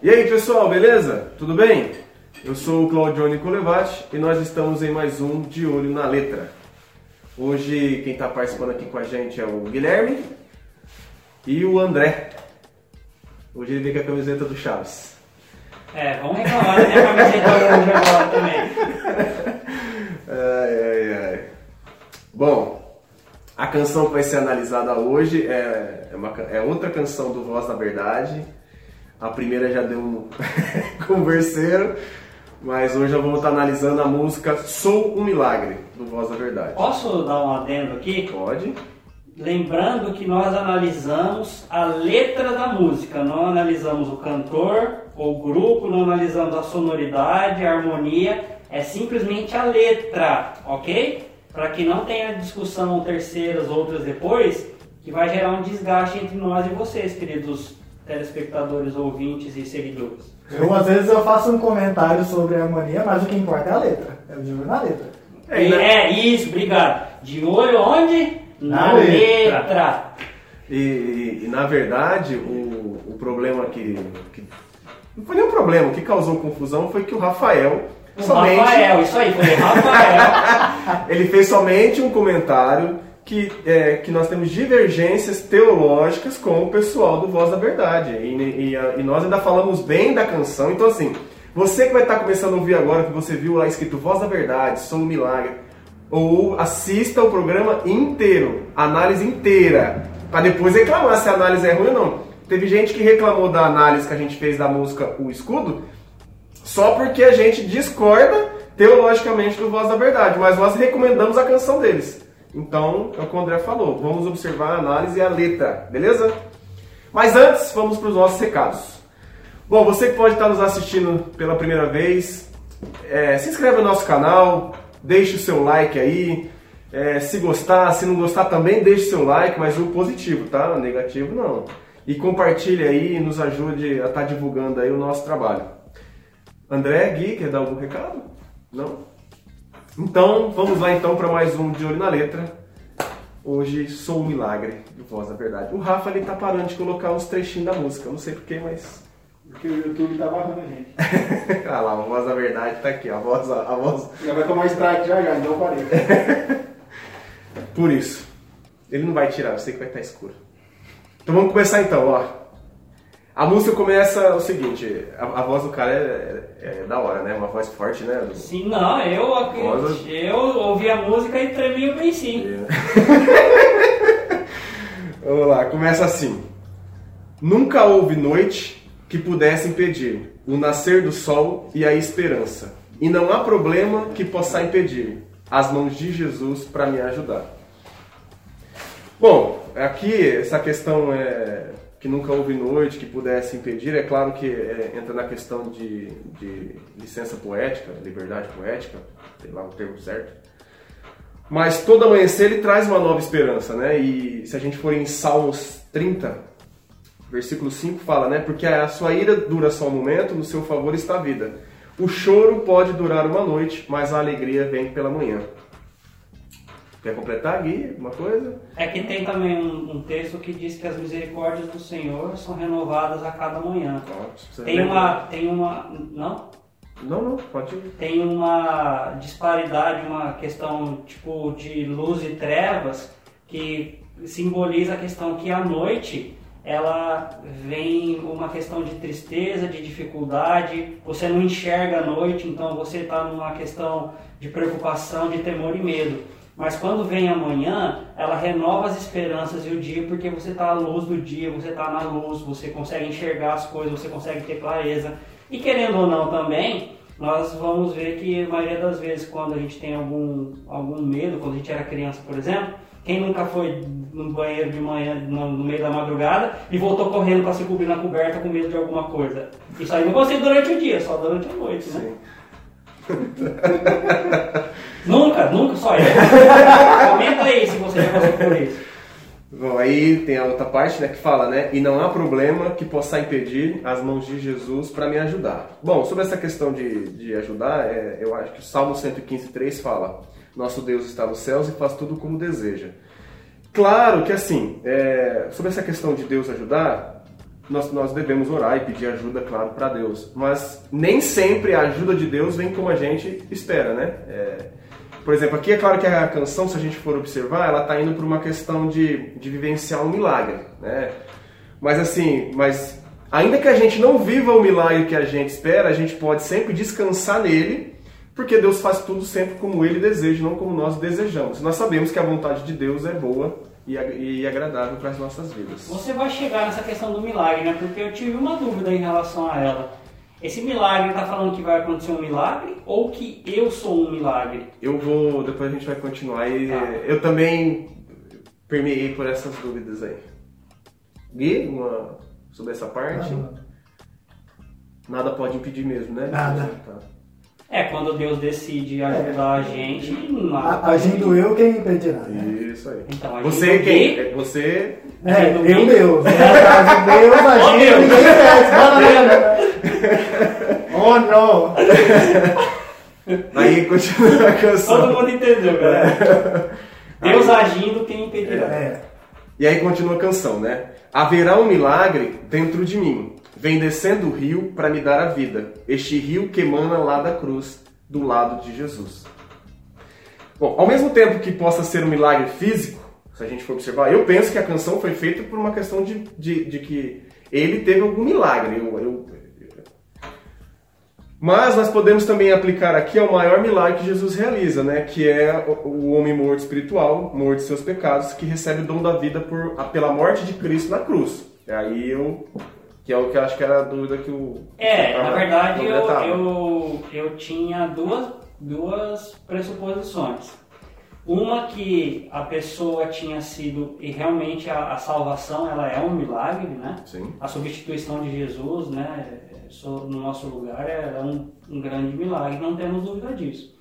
E aí pessoal, beleza? Tudo bem? Eu sou o Claudione Colevati e nós estamos em mais um De Olho na Letra. Hoje quem está participando aqui com a gente é o Guilherme e o André. Hoje ele veio com a camiseta do Chaves. Vamos reclamar da minha camiseta hoje agora também. Ai. Bom, a canção que vai ser analisada hoje é outra canção do Voz da Verdade. A primeira já deu um converseiro, mas hoje eu vou estar analisando a música Sou um Milagre, do Voz da Verdade. Posso dar um adendo aqui? Pode. Lembrando que nós analisamos a letra da música, não analisamos o cantor ou o grupo, não analisamos a sonoridade, a harmonia, é simplesmente a letra, ok? Para que não tenha discussão terceiras, outras depois, que vai gerar um desgaste entre nós e vocês, queridos telespectadores, ouvintes e seguidores. Às vezes eu faço um comentário sobre a harmonia, mas o que importa é a letra. É o de olho na letra. Isso, obrigado. De olho onde? Na letra. E na verdade, o problema que... Não foi nenhum problema, o que causou confusão foi que o Rafael... Isso aí, foi o Rafael. Ele fez somente um comentário que nós temos divergências teológicas com o pessoal do Voz da Verdade. E nós ainda falamos bem da canção. Então assim, você que vai estar começando a ouvir agora, que você viu lá escrito Voz da Verdade, Sou um Milagre, ou assista o programa inteiro, a análise inteira, para depois reclamar se a análise é ruim ou não. Teve gente que reclamou da análise que a gente fez da música O Escudo, só porque a gente discorda teologicamente do Voz da Verdade, mas nós recomendamos a canção deles. Então, é o que o André falou, vamos observar a análise e a letra, beleza? Mas antes, vamos para os nossos recados. Bom, você que pode estar nos assistindo pela primeira vez, se inscreve no nosso canal, deixe o seu like aí, se gostar, se não gostar também deixe o seu like, mas o positivo, tá? O negativo não. E compartilhe aí e nos ajude a estar divulgando aí o nosso trabalho. André, Gui, quer dar algum recado? Não? Então, vamos lá então para mais um De Olho na Letra. Hoje, Sou um Milagre, do Voz da Verdade. O Rafa, ele tá parando de colocar os trechinhos da música, eu não sei porquê, mas... Porque o YouTube tá barrando a gente. Ah lá, a Voz da Verdade tá aqui, a voz... Já vai tomar strike já, então eu parei. Por isso. Ele não vai tirar, eu sei que vai estar escuro. Então vamos começar então, ó. A música começa o seguinte, a voz do cara é da hora, né? Uma voz forte, né? Sim, não, eu ouvi a música e tremi o beicinho. Vamos lá, começa assim. Nunca houve noite que pudesse impedir o nascer do sol e a esperança. E não há problema que possa impedir as mãos de Jesus para me ajudar. Bom, aqui essa questão que nunca houve noite que pudesse impedir, é claro que entra na questão de licença poética, liberdade poética, sei lá o termo certo. Mas todo amanhecer ele traz uma nova esperança, né? E se a gente for em Salmos 30, versículo 5 fala, né? Porque a sua ira dura só um momento, no seu favor está a vida. O choro pode durar uma noite, mas a alegria vem pela manhã. Quer completar, Gui, alguma coisa? É que tem também um texto que diz que as misericórdias do Senhor são renovadas a cada manhã. Não, pode ir. Tem uma disparidade, uma questão tipo de luz e trevas que simboliza a questão que à noite ela vem uma questão de tristeza, de dificuldade, você não enxerga a noite, então você está numa questão de preocupação, de temor e medo. Mas quando vem a manhã, ela renova as esperanças e o dia, porque você está à luz do dia, você está na luz, você consegue enxergar as coisas, você consegue ter clareza. E querendo ou não também, nós vamos ver que a maioria das vezes quando a gente tem algum medo, quando a gente era criança, por exemplo, quem nunca foi no banheiro de manhã, no meio da madrugada, e voltou correndo para se cobrir na coberta com medo de alguma coisa? Isso aí não consigo durante o dia, só durante a noite, né? Sim. Nunca, só eu. Comenta aí se você já passou por isso. Bom, aí tem a outra parte, né, que fala, né? E não há problema que possa impedir as mãos de Jesus para me ajudar. Bom, sobre essa questão de ajudar, eu acho que o Salmo 115:3 fala: Nosso Deus está nos céus e faz tudo como deseja. Claro que assim, sobre essa questão de Deus ajudar, nós devemos orar e pedir ajuda, claro, para Deus. Mas nem sempre a ajuda de Deus vem como a gente espera, né? Por exemplo, aqui é claro que a canção, se a gente for observar, ela está indo por uma questão de vivenciar um milagre, né? Mas assim, ainda que a gente não viva o milagre que a gente espera, a gente pode sempre descansar nele, porque Deus faz tudo sempre como Ele deseja, não como nós desejamos. Nós sabemos que a vontade de Deus é boa e agradável para as nossas vidas. Você vai chegar nessa questão do milagre, né? Porque eu tive uma dúvida em relação a ela. Esse milagre está falando que vai acontecer um milagre ou que eu sou um milagre? Depois a gente vai continuar e eu também permeei por essas dúvidas aí. Gui, sobre essa parte? Nada pode impedir mesmo, né? Nada. Quando Deus decide ajudar a gente, agindo eu, quem impedirá? Isso aí. Então, você quem? Você... eu Deus. No caso, Deus agindo, ninguém impede. Oh, não. Aí continua a canção. Todo mundo entendeu, galera. Deus agindo, quem impedirá? E aí continua a canção, né? Haverá um milagre dentro de mim. Vem descendo o rio para me dar a vida. Este rio que emana lá da cruz, do lado de Jesus. Bom, ao mesmo tempo que possa ser um milagre físico, se a gente for observar, eu penso que a canção foi feita por uma questão de que ele teve algum milagre. Mas nós podemos também aplicar aqui ao maior milagre que Jesus realiza, né? Que é o homem morto espiritual, morto de seus pecados, que recebe o dom da vida pela morte de Cristo na cruz. Que é o que eu acho que era a dúvida que o... na verdade eu tinha duas pressuposições. Uma que a pessoa tinha sido, e realmente a salvação ela é um milagre, né? Sim. A substituição de Jesus, né, no nosso lugar é um grande milagre, não temos dúvida disso.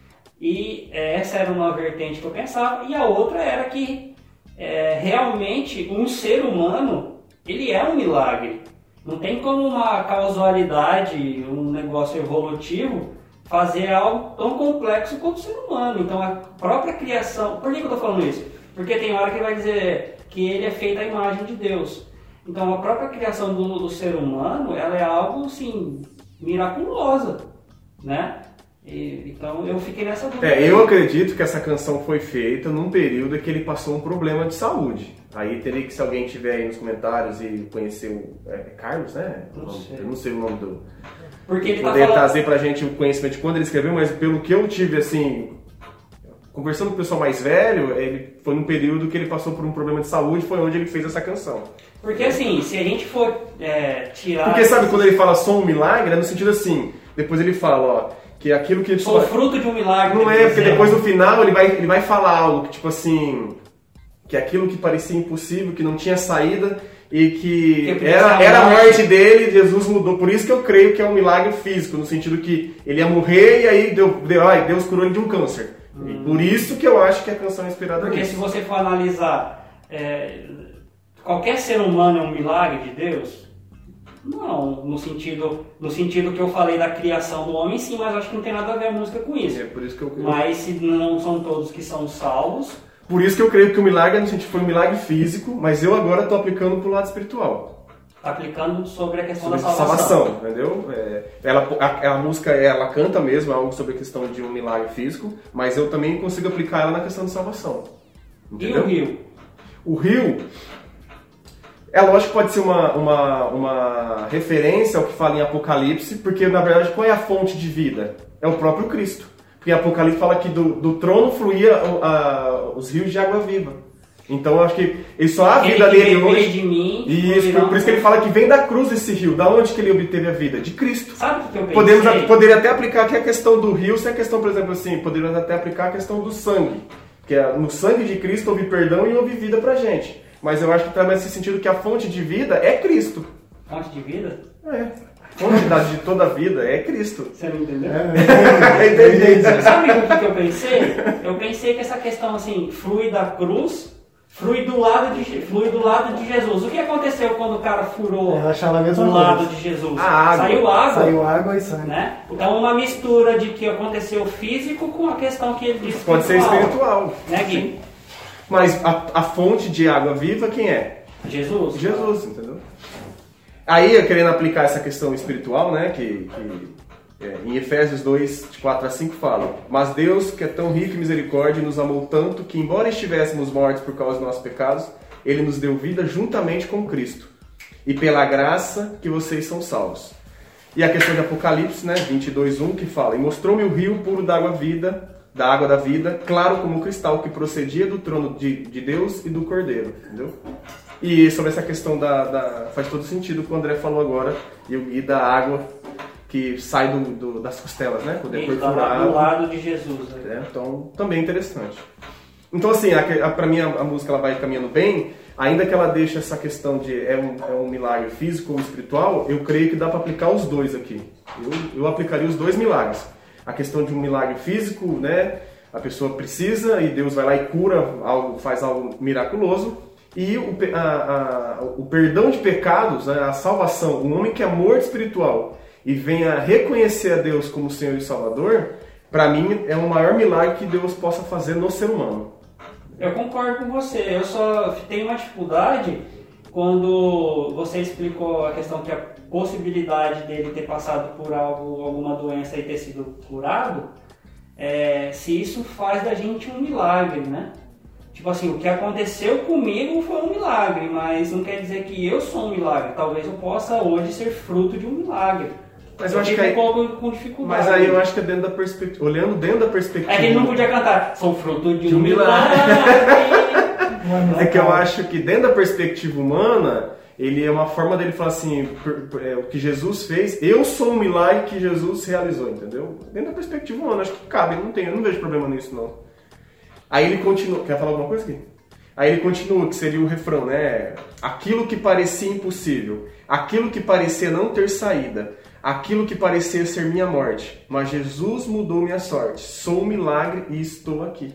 E essa era uma vertente que eu pensava, e a outra era que realmente um ser humano, ele é um milagre. Não tem como uma causalidade, um negócio evolutivo, fazer algo tão complexo quanto o ser humano. Então a própria criação... Por que eu estou falando isso? Porque tem hora que vai dizer que ele é feito à imagem de Deus. Então a própria criação do ser humano, ela é algo, assim, miraculosa, né? Então eu fiquei nessa dúvida. Eu acredito que essa canção foi feita num período em que ele passou um problema de saúde. Aí teria que, se alguém tiver aí nos comentários e conhecer o Carlos, né? Eu não sei o nome do... Porque ele poder trazer pra gente o conhecimento de quando ele escreveu, mas pelo que eu tive, assim, conversando com o pessoal mais velho, ele foi num período que ele passou por um problema de saúde, foi onde ele fez essa canção. Porque assim, se a gente for tirar... Porque sabe, quando ele fala só um milagre, é no sentido assim, depois ele fala, que aquilo que ele... Sou fruto de um milagre. Não porque depois no final ele vai falar algo que, tipo assim, que aquilo que parecia impossível, que não tinha saída e que era a morte dele, Jesus mudou. Por isso que eu creio que é um milagre físico, no sentido que ele ia morrer e aí Deus curou ele de um câncer. E por isso que eu acho que a canção é inspirada nisso. Porque se você for analisar, qualquer ser humano é um milagre de Deus? Não, no sentido que eu falei da criação do homem, sim, mas acho que não tem nada a ver a música com isso. Por isso que eu... Mas se não são todos que são salvos... Por isso que eu creio que o milagre, no sentido, foi um milagre físico, mas eu agora estou aplicando para o lado espiritual. Aplicando sobre a questão da salvação, entendeu? A música, ela canta mesmo algo sobre a questão de um milagre físico, mas eu também consigo aplicar ela na questão de salvação. Entendeu? E o rio? O rio... lógico que pode ser uma referência ao que fala em Apocalipse, porque na verdade qual é a fonte de vida? É o próprio Cristo. Porque em Apocalipse fala que do trono fluía os rios de água viva. Então eu acho que ele só há vida dele hoje. De mim, isso, por isso que ele fala que vem da cruz esse rio. Da onde que ele obteve a vida? De Cristo. Sabe o que eu pensei? Poderia até aplicar aqui a questão do rio, se a questão, por exemplo, assim, poderia até aplicar a questão do sangue. Que no sangue de Cristo houve perdão e houve vida pra gente. Mas eu acho que também nesse sentido que a fonte de vida é Cristo. Fonte de vida? A fonte de toda a vida é Cristo. Você não entendeu? Entendi. Sabe o que eu pensei? Eu pensei que essa questão assim, flui da cruz, flui do lado de Jesus. O que aconteceu quando o cara furou do lado de Jesus? Saiu água. Saiu água e sangue. Né? Então uma mistura de que aconteceu físico com a questão que ele disse espiritual. Pode ser espiritual. Né, Gui? Mas a fonte de água viva quem é? Jesus. Jesus, entendeu? Aí, eu querendo aplicar essa questão espiritual, né, em Efésios 2, de 4 a 5 fala: mas Deus, que é tão rico em misericórdia, nos amou tanto que, embora estivéssemos mortos por causa dos nossos pecados, Ele nos deu vida juntamente com Cristo. E pela graça que vocês são salvos. E a questão de Apocalipse, né, 22:1, que fala: e mostrou-me o rio puro da água da vida, claro como cristal, que procedia do trono de Deus e do Cordeiro. Entendeu? E sobre essa questão faz todo sentido o que o André falou agora, e da água que sai das costelas, né? Quando é perfurado. Do lado de Jesus. Né? Então, também é interessante. Então, assim, pra mim a música ela vai caminhando bem, ainda que ela deixe essa questão de é um milagre físico ou espiritual, eu creio que dá para aplicar os dois aqui. Eu aplicaria os dois milagres. A questão de um milagre físico, né? A pessoa precisa e Deus vai lá e cura algo, faz algo miraculoso. E o perdão de pecados, né? A salvação, um homem que é morto espiritual e venha reconhecer a Deus como Senhor e Salvador, para mim é o maior milagre que Deus possa fazer no ser humano. Eu concordo com você, eu só tenho uma dificuldade quando você explicou a questão que a possibilidade dele ter passado por alguma doença e ter sido curado, se isso faz da gente um milagre, né? Tipo assim, o que aconteceu comigo foi um milagre, mas não quer dizer que eu sou um milagre. Talvez eu possa hoje ser fruto de um milagre. Mas eu acho que um pouco com dificuldade. Mas aí eu acho que é olhando dentro da perspectiva... É que ele não podia cantar, sou fruto de um milagre. É que eu acho que dentro da perspectiva humana, ele é uma forma dele falar assim, o que Jesus fez, eu sou um milagre que Jesus realizou, entendeu? Dentro da perspectiva humana, acho que cabe, eu não vejo problema nisso não. Aí ele continua, quer falar alguma coisa aqui? Aí ele continua, que seria o refrão, né? Aquilo que parecia impossível, aquilo que parecia não ter saída, aquilo que parecia ser minha morte, mas Jesus mudou minha sorte, sou um milagre e estou aqui.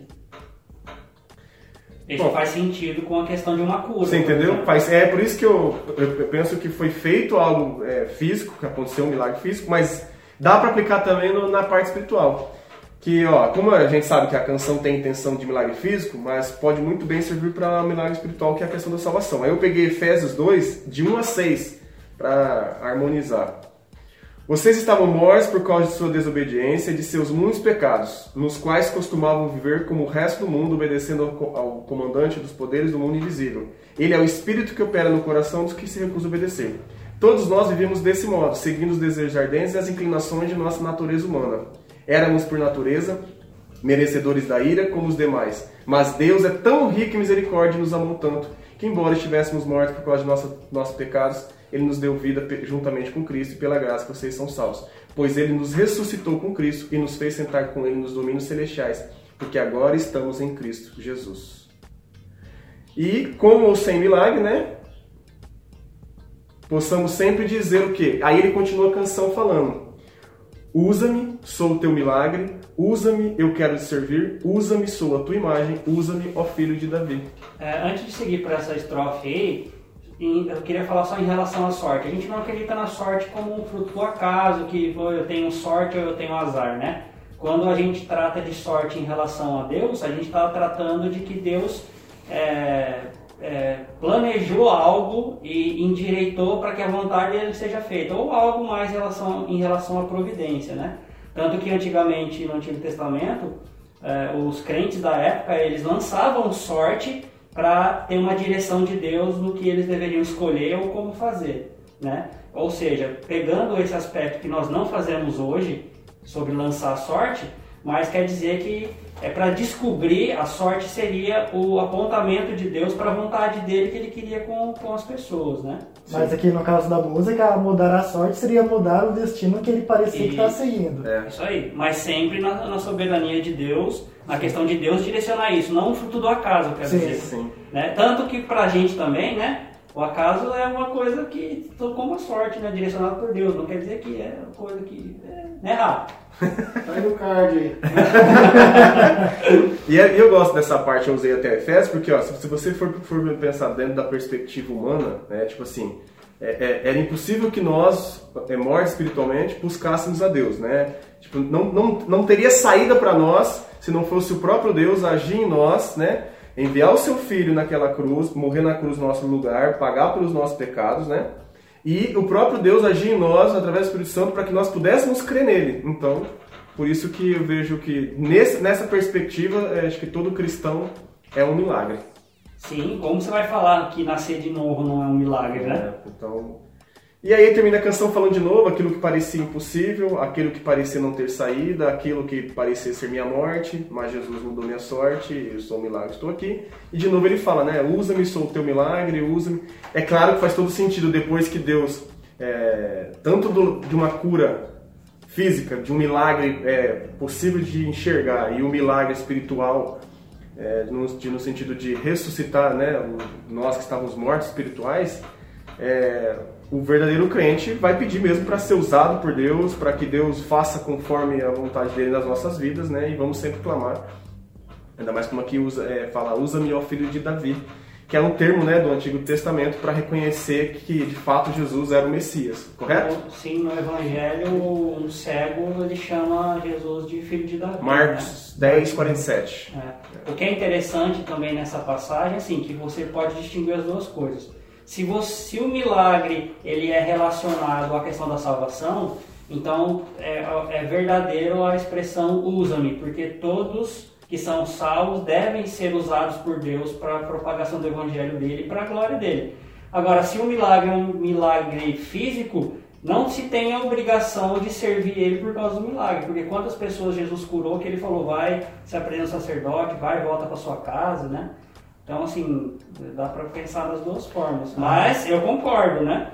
Isso faz sentido com a questão de uma cura. Você entendeu? É por isso que eu penso que foi feito algo físico, que aconteceu um milagre físico, mas dá para aplicar também na parte espiritual. Que, como a gente sabe que a canção tem intenção de milagre físico, mas pode muito bem servir para milagre espiritual, que é a questão da salvação. Aí eu peguei Efésios 2, de 1 a 6, para harmonizar. Vocês estavam mortos por causa de sua desobediência e de seus muitos pecados, nos quais costumavam viver como o resto do mundo, obedecendo ao comandante dos poderes do mundo invisível. Ele é o espírito que opera no coração dos que se recusam a obedecer. Todos nós vivíamos desse modo, seguindo os desejos ardentes e as inclinações de nossa natureza humana. Éramos, por natureza, merecedores da ira como os demais. Mas Deus é tão rico em misericórdia e nos amou tanto, que embora estivéssemos mortos por causa de nossos pecados, Ele nos deu vida juntamente com Cristo, e pela graça vocês são salvos. Pois Ele nos ressuscitou com Cristo e nos fez sentar com Ele nos domínios celestiais, porque agora estamos em Cristo Jesus. E, com ou sem milagre, né? Possamos sempre dizer o quê? Aí ele continua a canção falando: usa-me, sou o teu milagre, usa-me, eu quero te servir, usa-me, sou a tua imagem, usa-me, ó filho de Davi. Antes de seguir para essa estrofe aí, eu queria falar só em relação à sorte. A gente não acredita na sorte como um fruto do acaso, que eu tenho sorte ou eu tenho azar, né? Quando a gente trata de sorte em relação a Deus, a gente está tratando de que Deus planejou algo e endireitou para que a vontade dele seja feita, ou algo mais em relação à providência, né? Tanto que antigamente, no Antigo Testamento, os crentes da época, eles lançavam sorte para ter uma direção de Deus no que eles deveriam escolher ou como fazer, né? Ou seja, pegando esse aspecto que nós não fazemos hoje, sobre lançar a sorte, mas quer dizer que para descobrir a sorte seria o apontamento de Deus para a vontade dele que ele queria com as pessoas, né? Mas aqui no caso da música, mudar a sorte seria mudar o destino que ele parecia que está seguindo. Isso aí, mas sempre na soberania de Deus, na questão de Deus direcionar isso, não o fruto do acaso, quer dizer. Sim. Né? Tanto que pra gente também, né? O acaso é uma coisa que como a sorte, né? Direcionada por Deus, não quer dizer que é uma coisa que é errado. Sai do card aí. E eu gosto dessa parte, eu usei até Efésios, porque se você for pensar dentro da perspectiva humana, né, tipo assim, era impossível que nós, mortos espiritualmente, buscássemos a Deus, né? Tipo, não teria saída para nós se não fosse o próprio Deus agir em nós, né? Enviar o seu Filho naquela cruz, morrer na cruz no nosso lugar, pagar pelos nossos pecados, né? e o próprio Deus agir em nós através do Espírito Santo para que nós pudéssemos crer nele. Então, por isso que eu vejo que nessa perspectiva, acho que todo cristão é um milagre. Sim, como você vai falar que nascer de novo não é um milagre, né? Então, e aí termina a canção falando de novo aquilo que parecia impossível, aquilo que parecia não ter saída, aquilo que parecia ser minha morte, mas Jesus mudou minha sorte, eu sou um milagre, estou aqui. E de novo ele fala, né? Usa-me, sou o teu milagre, usa-me. É claro que faz todo sentido depois que Deus, tanto de uma cura física, de um milagre possível de enxergar e um milagre espiritual, no sentido de ressuscitar, né, nós que estávamos mortos espirituais, o verdadeiro crente vai pedir mesmo para ser usado por Deus, para que Deus faça conforme a vontade dele nas nossas vidas, né, e vamos sempre clamar. Ainda mais como aqui fala, usa-me, ó filho de Davi, que é um termo, né, do Antigo Testamento para reconhecer que de fato Jesus era o Messias, correto? Sim, no Evangelho, um cego ele chama Jesus de filho de Davi. Marcos, né? 10:47. O que é interessante também nessa passagem, assim, que você pode distinguir as duas coisas. Se o milagre ele é relacionado à questão da salvação, então é verdadeiro a expressão usa-me, porque todos que são salvos devem ser usados por Deus para a propagação do evangelho dele e para a glória dele. Agora, se o milagre é um milagre físico, não se tem a obrigação de servir ele por causa do milagre, porque quantas pessoas Jesus curou que ele falou, vai, se apresenta ao sacerdote, vai, volta para sua casa, né? Então, assim, dá para pensar das duas formas. Mas eu concordo, né?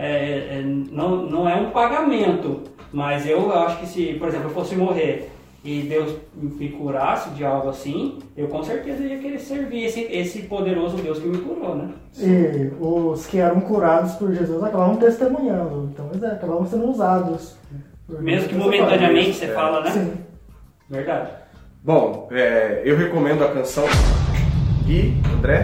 Não é um pagamento, mas eu acho que se, por exemplo, eu fosse morrer e Deus me curasse de algo assim, eu com certeza ia querer servir esse poderoso Deus que me curou, né? E os que eram curados por Jesus acabavam testemunhando, então eles acabavam sendo usados. Mesmo que momentaneamente você fala, né? Sim. Verdade. Bom, eu recomendo a canção. Gui, André?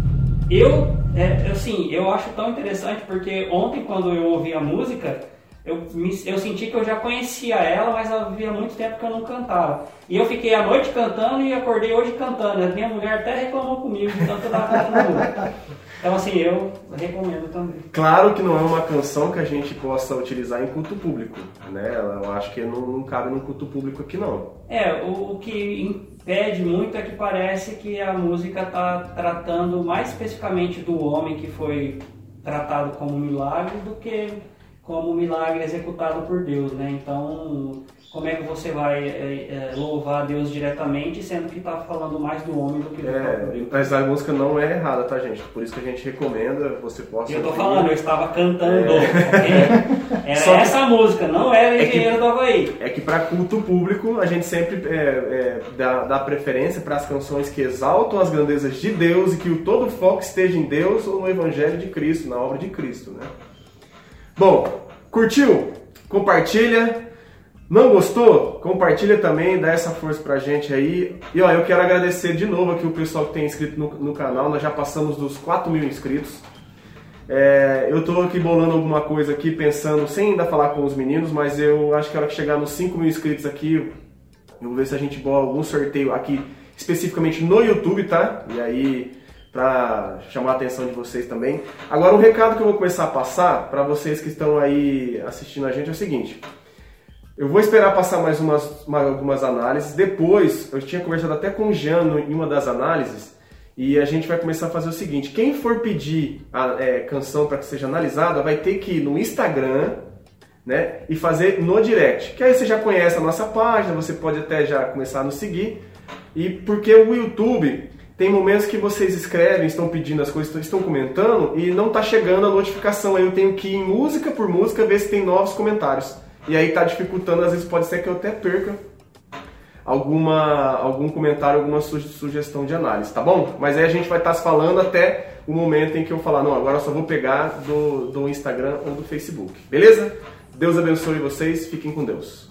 Eu acho tão interessante porque ontem quando eu ouvi a música, eu senti que eu já conhecia ela, mas havia muito tempo que eu não cantava. E eu fiquei a noite cantando e acordei hoje cantando. A minha mulher até reclamou comigo de tanto que eu estava cantando música. Então, assim, eu recomendo também. Claro que não é uma canção que a gente possa utilizar em culto público, né? Eu acho que não cabe no culto público aqui, não. O que impede muito é que parece que a música está tratando mais especificamente do homem que foi tratado como milagre do que como milagre executado por Deus, né? Então, como é que você vai louvar a Deus diretamente, sendo que está falando mais do homem do que do próprio Deus? Mas a música não é errada, tá, gente? Por isso que a gente recomenda, você possa... Eu tô falando, eu estava cantando, ok? Era essa música, não era Engenheiro do Havaí. É que para culto público, a gente sempre dá preferência para as canções que exaltam as grandezas de Deus e que todo o foco esteja em Deus ou no Evangelho de Cristo, na obra de Cristo, né? Bom, curtiu? Compartilha. Não gostou? Compartilha também, dá essa força pra gente aí. E ó, eu quero agradecer de novo aqui o pessoal que tem inscrito no canal. Nós já passamos dos 4.000 inscritos. Eu tô aqui bolando alguma coisa aqui, pensando, sem ainda falar com os meninos, mas eu acho que a hora que chegar nos 5.000 inscritos aqui, eu vou ver se a gente bola algum sorteio aqui, especificamente no YouTube, tá? E aí, pra chamar a atenção de vocês também. Agora, um recado que eu vou começar a passar para vocês que estão aí assistindo a gente é o seguinte. Eu vou esperar passar mais algumas análises. Depois, eu tinha conversado até com o Jean em uma das análises, e a gente vai começar a fazer o seguinte. Quem for pedir a canção para que seja analisada, vai ter que ir no Instagram, né, e fazer no direct. Que aí você já conhece a nossa página, você pode até já começar a nos seguir. E porque o YouTube... Tem momentos que vocês escrevem, estão pedindo as coisas, estão comentando e não está chegando a notificação. Aí eu tenho que ir música por música ver se tem novos comentários. E aí está dificultando, às vezes pode ser que eu até perca algum comentário, alguma sugestão de análise, tá bom? Mas aí a gente vai estar se falando até o momento em que eu falar, não, agora eu só vou pegar do Instagram ou do Facebook, beleza? Deus abençoe vocês, fiquem com Deus.